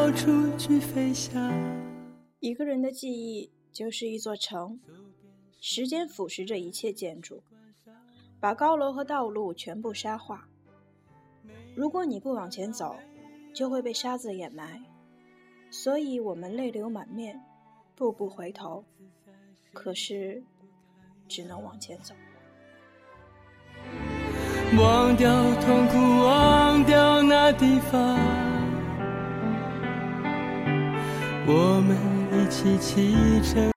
到处去飞翔。 一个人的记忆就是一座城，时间腐蚀着一切建筑，把高楼和道路全部沙化。如果你不往前走，就会被沙子掩埋。所以我们泪流满面，步步回头，可是只能往前走。 忘掉痛苦，忘掉那地方，我们一起启程。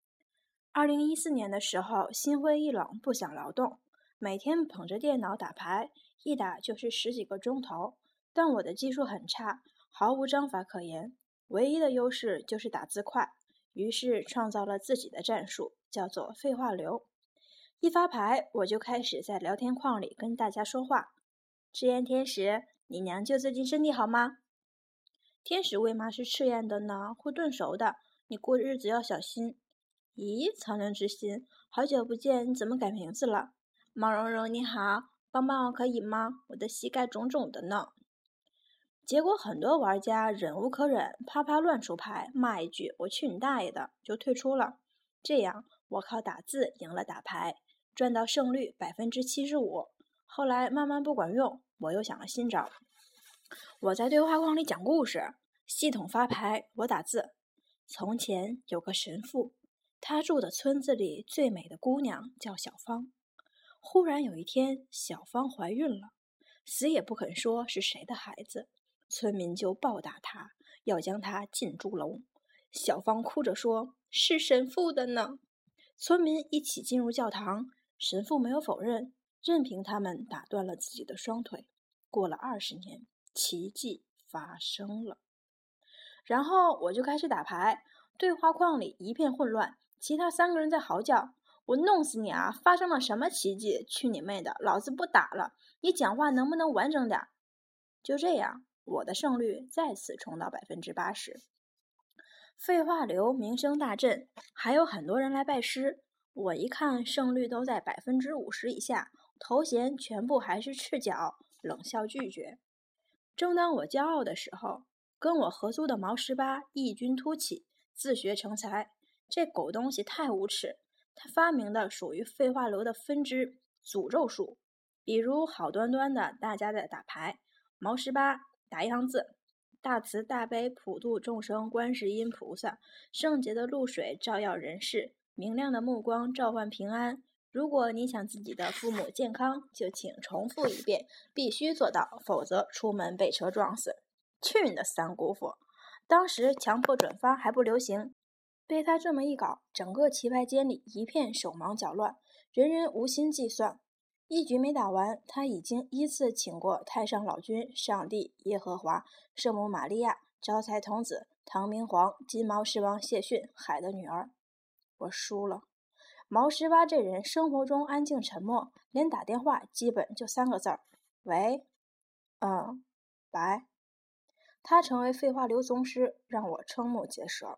2014年的时候，心灰意冷，不想劳动，每天捧着电脑打牌，一打就是10几个钟头。但我的技术很差，毫无章法可言，唯一的优势就是打字快，于是创造了自己的战术，叫做废话流。一发牌，我就开始在聊天框里跟大家说话。赤焰天使，你娘舅最近身体好吗？天使为嘛是赤焰的呢？会炖熟的，你过日子要小心。咦，苍凉之心，好久不见，你怎么改名字了？毛茸茸你好，帮帮我可以吗？我的膝盖肿肿的呢。结果很多玩家忍无可忍，啪啪乱出牌，骂一句我去你大爷的，就退出了。这样我靠打字赢了打牌，赚到胜率75%。后来慢慢不管用，我又想了新招。我在对话框里讲故事，系统发牌，我打字。从前有个神父，他住的村子里最美的姑娘叫小芳。忽然有一天，小芳怀孕了，死也不肯说是谁的孩子。村民就暴打他，要将他进猪笼。小芳哭着说：“是神父的呢。”村民一起进入教堂，神父没有否认，任凭他们打断了自己的双腿。过了20年，奇迹发生了。然后我就开始打牌，对话框里一片混乱，其他3个人在嚎叫：“我弄死你啊！发生了什么奇迹？去你妹的！老子不打了！你讲话能不能完整点？”就这样，我的胜率再次冲到80%。废话流名声大振，还有很多人来拜师。我一看胜率都在50%以下，头衔全部还是赤脚，冷笑拒绝。正当我骄傲的时候，跟我合租的毛18异军突起，自学成才。这狗东西太无耻，他发明的属于废话流的分支诅咒术。比如好端端的大家在打牌，毛18打一行字：大慈大悲普度众生观世音菩萨，圣洁的露水照耀人世，明亮的目光召唤平安。如果你想自己的父母健康，就请重复一遍，必须做到，否则出门被车撞死。去你的三姑父！当时强迫转发还不流行，被他这么一搞，整个棋牌间里一片手忙脚乱，人人无心计算。一局没打完，他已经依次请过太上老君、上帝、耶和华、圣母玛利亚、招财童子、唐明皇、金毛狮王谢逊、海的女儿。我输了。毛18这人生活中安静沉默，连打电话基本就3个字儿：喂，拜。他成为废话流宗师，让我瞠目结舌。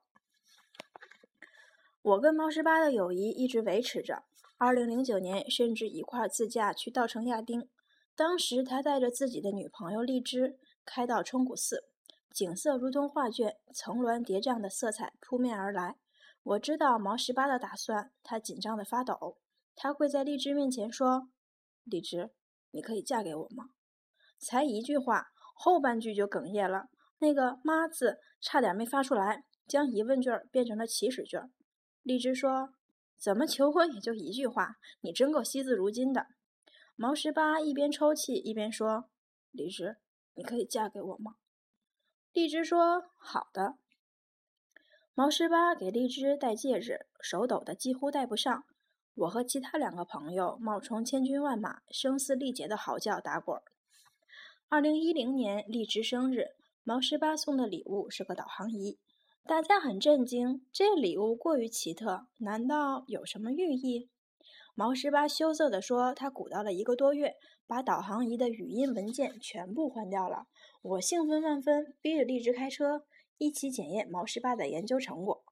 我跟毛18的友谊一直维持着。2009年甚至一块自驾去稻城亚丁，当时他带着自己的女朋友荔枝开到冲古寺，景色如同画卷，层峦叠嶂的色彩扑面而来。我知道毛18的打算，他紧张的发抖。他跪在荔枝面前说：“荔枝，你可以嫁给我吗？”才一句话，后半句就哽咽了，那个妈字差点没发出来，将疑问句变成了祈使句。荔枝说：“怎么求婚也就一句话，你真够惜字如金的。”毛18一边抽泣一边说：“荔枝，你可以嫁给我吗？”荔枝说：“好的。”毛18给荔枝戴戒指，手抖的几乎戴不上。我和其他2个朋友冒充千军万马，声嘶力竭的嚎叫打滚。2010年荔枝生日，毛18送的礼物是个导航仪。大家很震惊，这礼物过于奇特，难道有什么寓意？毛18羞涩地说，他鼓捣了1个多月，把导航仪的语音文件全部换掉了。我兴奋万分，逼着荔枝开车，一起检验毛18的研究成果。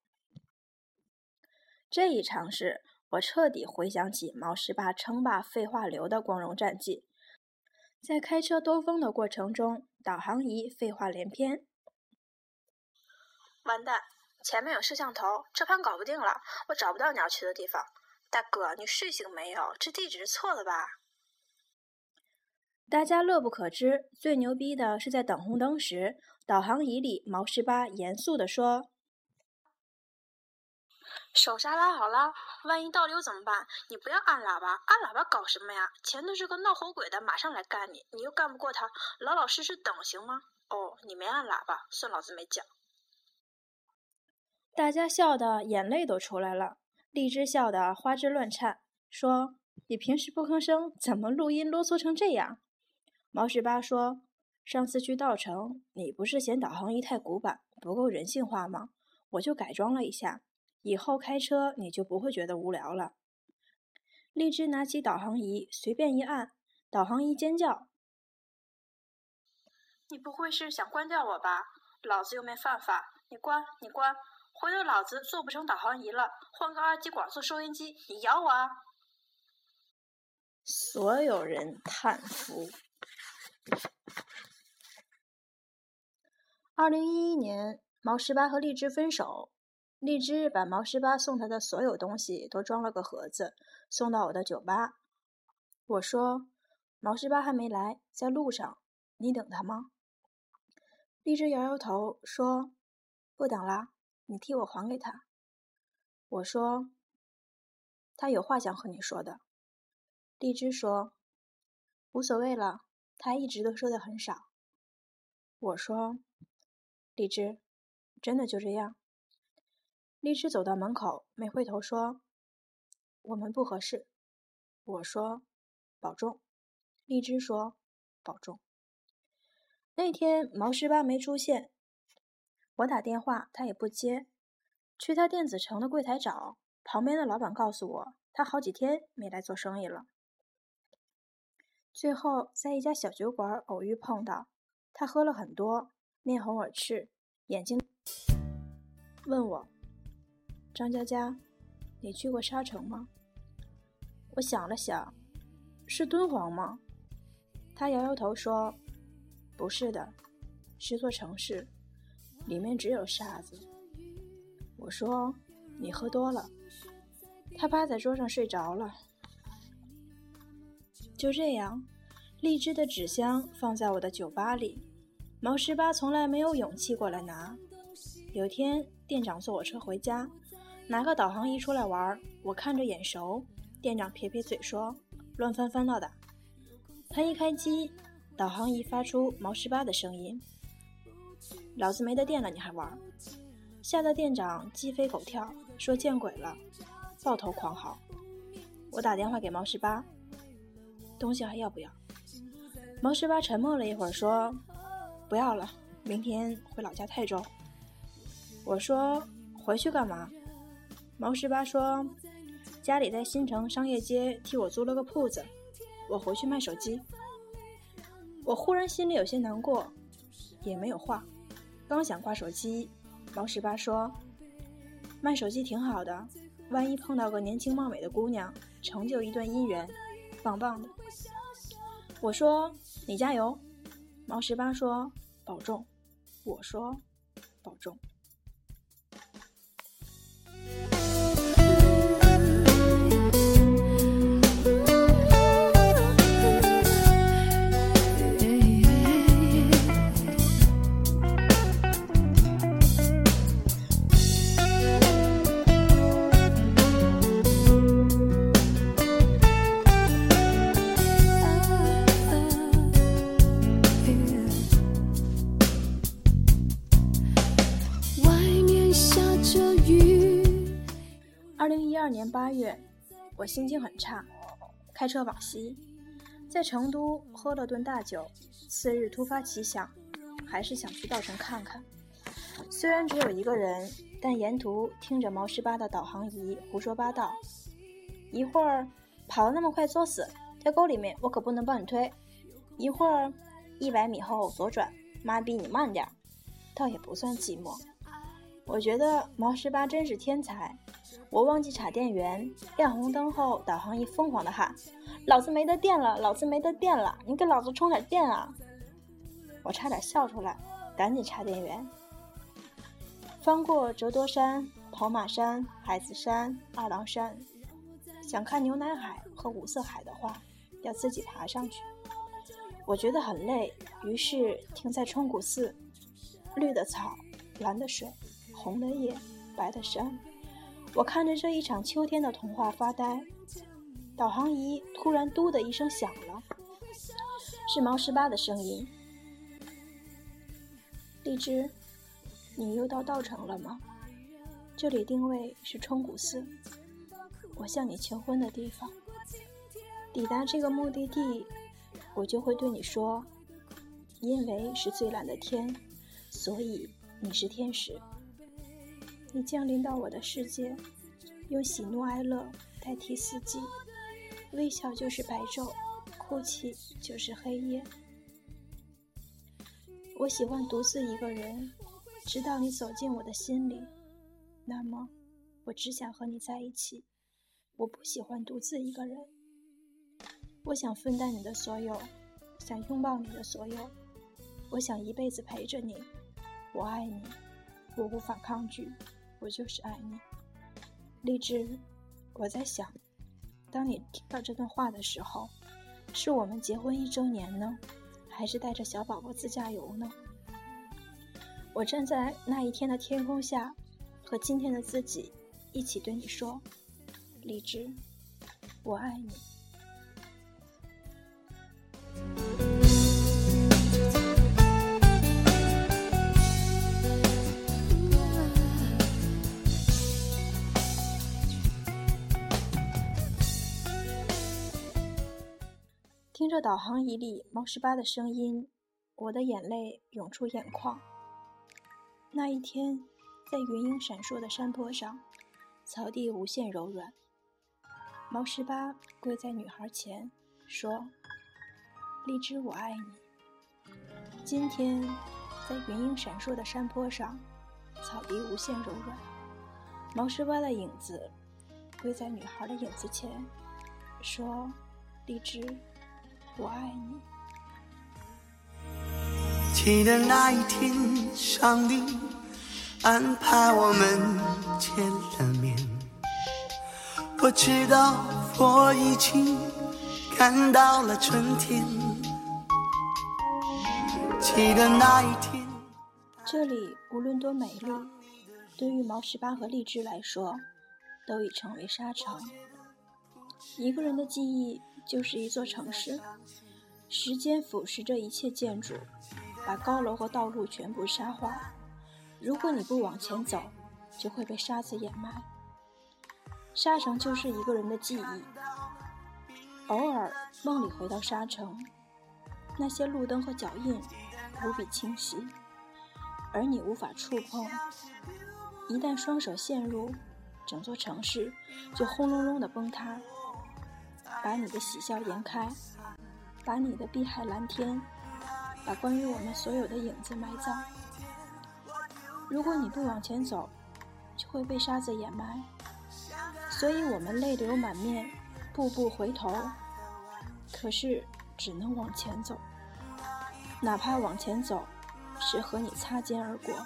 这一尝试，我彻底回想起毛18称霸废话流的光荣战绩。在开车兜风的过程中，导航仪废话连篇。 完蛋，前面有摄像头，这盘搞不定了，我找不到你要去的地方。大哥，你睡醒没有？这地址错了吧？大家乐不可支，最牛逼的是在等红灯时，导航仪里毛18严肃地说：手刹拉好了，万一倒流怎么办？你不要按喇叭，按喇叭搞什么呀？前头是个闹火鬼的，马上来干你，你又干不过他，老老实实等行吗？哦，你没按喇叭，算老子没讲。大家笑得眼泪都出来了，荔枝笑得花枝乱颤，说：你平时不吭声，怎么录音啰嗦成这样？毛18说：上次去稻城，你不是嫌导航仪太古板，不够人性化吗？我就改装了一下，以后开车你就不会觉得无聊了。荔枝拿起导航仪，随便一按，导航仪尖叫：你不会是想关掉我吧？老子又没犯法，你关，你关，回头老子做不成导航仪了，换个二极管做收音机，你咬我啊！所有人叹服。2011年，毛18和荔枝分手，荔枝把毛18送他的所有东西都装了个盒子，送到我的酒吧。我说：毛18还没来，在路上，你等他吗？荔枝摇摇头说：不等啦，你替我还给他。我说：他有话想和你说的。荔枝说：无所谓了，他一直都说的很少。我说：荔枝，真的就这样？荔枝走到门口，没回头说：我们不合适。我说：保重。荔枝说：保重。那天毛18没出现，我打电话他也不接，去他电子城的柜台找，旁边的老板告诉我，他好几天没来做生意了。最后在一家小酒馆偶遇碰到，他喝了很多，面红耳赤，眼睛问我：张佳佳，你去过沙城吗？我想了想，是敦煌吗？他摇摇头说：不是的，是座城市，里面只有沙子。我说：你喝多了。他趴在桌上睡着了。就这样，荔枝的纸箱放在我的酒吧里，毛18从来没有勇气过来拿。有天店长坐我车回家，拿个导航仪出来玩，我看着眼熟，店长撇撇嘴说：乱翻翻到的。他一开机，导航仪发出毛18的声音：老子没得电了你还玩？吓得店长鸡飞狗跳，说见鬼了，抱头狂嚎。我打电话给毛18，东西还要不要？毛18沉默了一会儿说：不要了，明天回老家泰州。我说：回去干嘛？毛18说：家里在新城商业街替我租了个铺子，我回去卖手机。我忽然心里有些难过，也没有话，刚想挂手机，毛18说：卖手机挺好的，万一碰到个年轻貌美的姑娘，成就一段姻缘，棒棒的。我说：你加油。毛18说：保重。我说：保重。2012年8月，我心情很差，开车往西，在成都喝了顿大酒，次日突发奇想，还是想去稻城看看。虽然只有一个人，但沿途听着毛18的导航仪胡说八道。一会儿跑得那么快作死，在沟里面我可不能帮你推。一会儿100米后左转，妈逼你慢点，倒也不算寂寞。我觉得毛18真是天才。我忘记插电源，亮红灯后，导航仪疯狂地喊：老子没得电了，老子没得电了，你给老子充点电啊！我差点笑出来，赶紧插电源。 翻过折多山、跑马山、海子山、二郎山，想看牛奶海和五色海的话，要自己爬上去。我觉得很累，于是停在冲古寺。绿的草，蓝的水，红的叶，白的山，我看着这一场秋天的童话发呆。导航仪突然嘟的一声响了，是毛18的声音。荔枝，你又到稻城了吗？这里定位是冲古寺，我向你求婚的地方。抵达这个目的地，我就会对你说，因为是最蓝的天，所以你是天使。你降临到我的世界，用喜怒哀乐代替四季，微笑就是白昼，哭泣就是黑夜。我喜欢独自一个人，直到你走进我的心里，那么我只想和你在一起。我不喜欢独自一个人，我想分担你的所有，想拥抱你的所有，我想一辈子陪着你。我爱你，我无法抗拒，我就是爱你。荔枝，我在想，当你听到这段话的时候，是我们结婚1周年呢，还是带着小宝宝自驾游呢？我站在那一天的天空下，和今天的自己一起对你说，荔枝，我爱你。听着导航仪里毛18的声音，我的眼泪涌出眼眶。那一天，在云影闪烁的山坡上，草地无限柔软。毛18跪在女孩前，说：“荔枝，我爱你。”今天，在云影闪烁的山坡上，草地无限柔软。毛18的影子跪在女孩的影子前，说：“荔枝，我爱你。” 记得那一天，上帝安排我们见了面，我知道我已经看到了春天。记得那一天， 这里无论多美丽，对于毛18和荔枝来说，都已成为沙城。一个人的记忆就是一座城市，时间腐蚀着一切建筑，把高楼和道路全部沙化。如果你不往前走，就会被沙子掩埋。沙城就是一个人的记忆。偶尔梦里回到沙城，那些路灯和脚印无比清晰，而你无法触碰。一旦双手陷入，整座城市就轰隆隆地崩塌，把你的喜笑颜开，把你的碧海蓝天，把关于我们所有的影子埋葬。如果你不往前走，就会被沙子掩埋。所以我们泪流满面，步步回头，可是只能往前走，哪怕往前走是和你擦肩而过。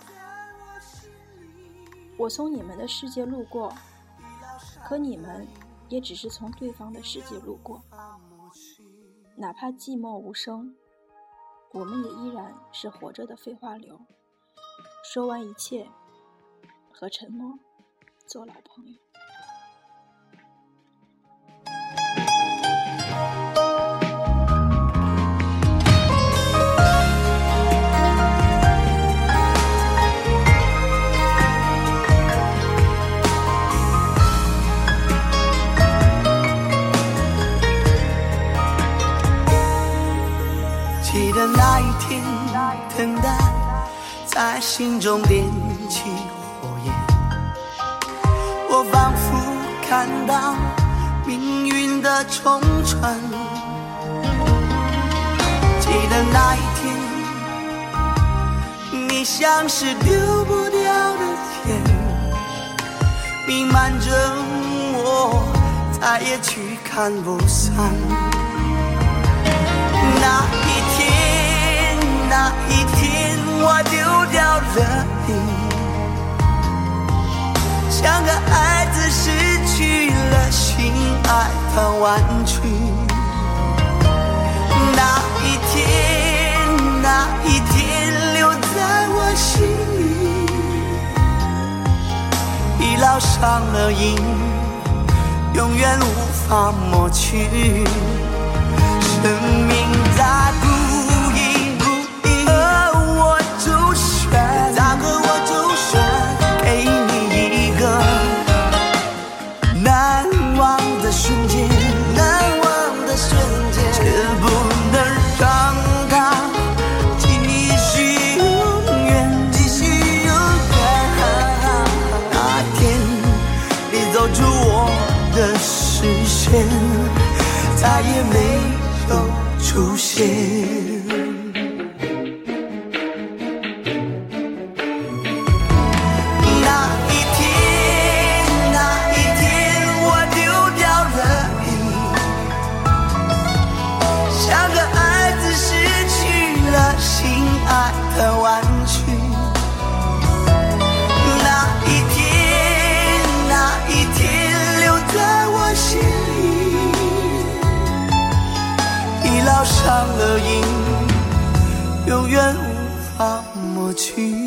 我从你们的世界路过，可你们也只是从对方的世界路过。哪怕寂寞无声，我们也依然是活着的废话流。说完一切，和沉默做老朋友。 记得那一天，等待在心中点起火焰，我仿佛看到命运的冲穿。记得那一天，你像是丢不掉的天，弥漫着我，再也驱赶不散。那一天我丢掉了你， 像个孩子失去了心爱的玩具。那一天留在我心里，已烙上了印，永远无法抹去。生命在不应我周旋，给你一个难忘的瞬间，却不能让它继续永远。那天你走出我的视线，再也没有出现。爱的玩具，那一天留在我心里，已烙上了印，永远无法抹去。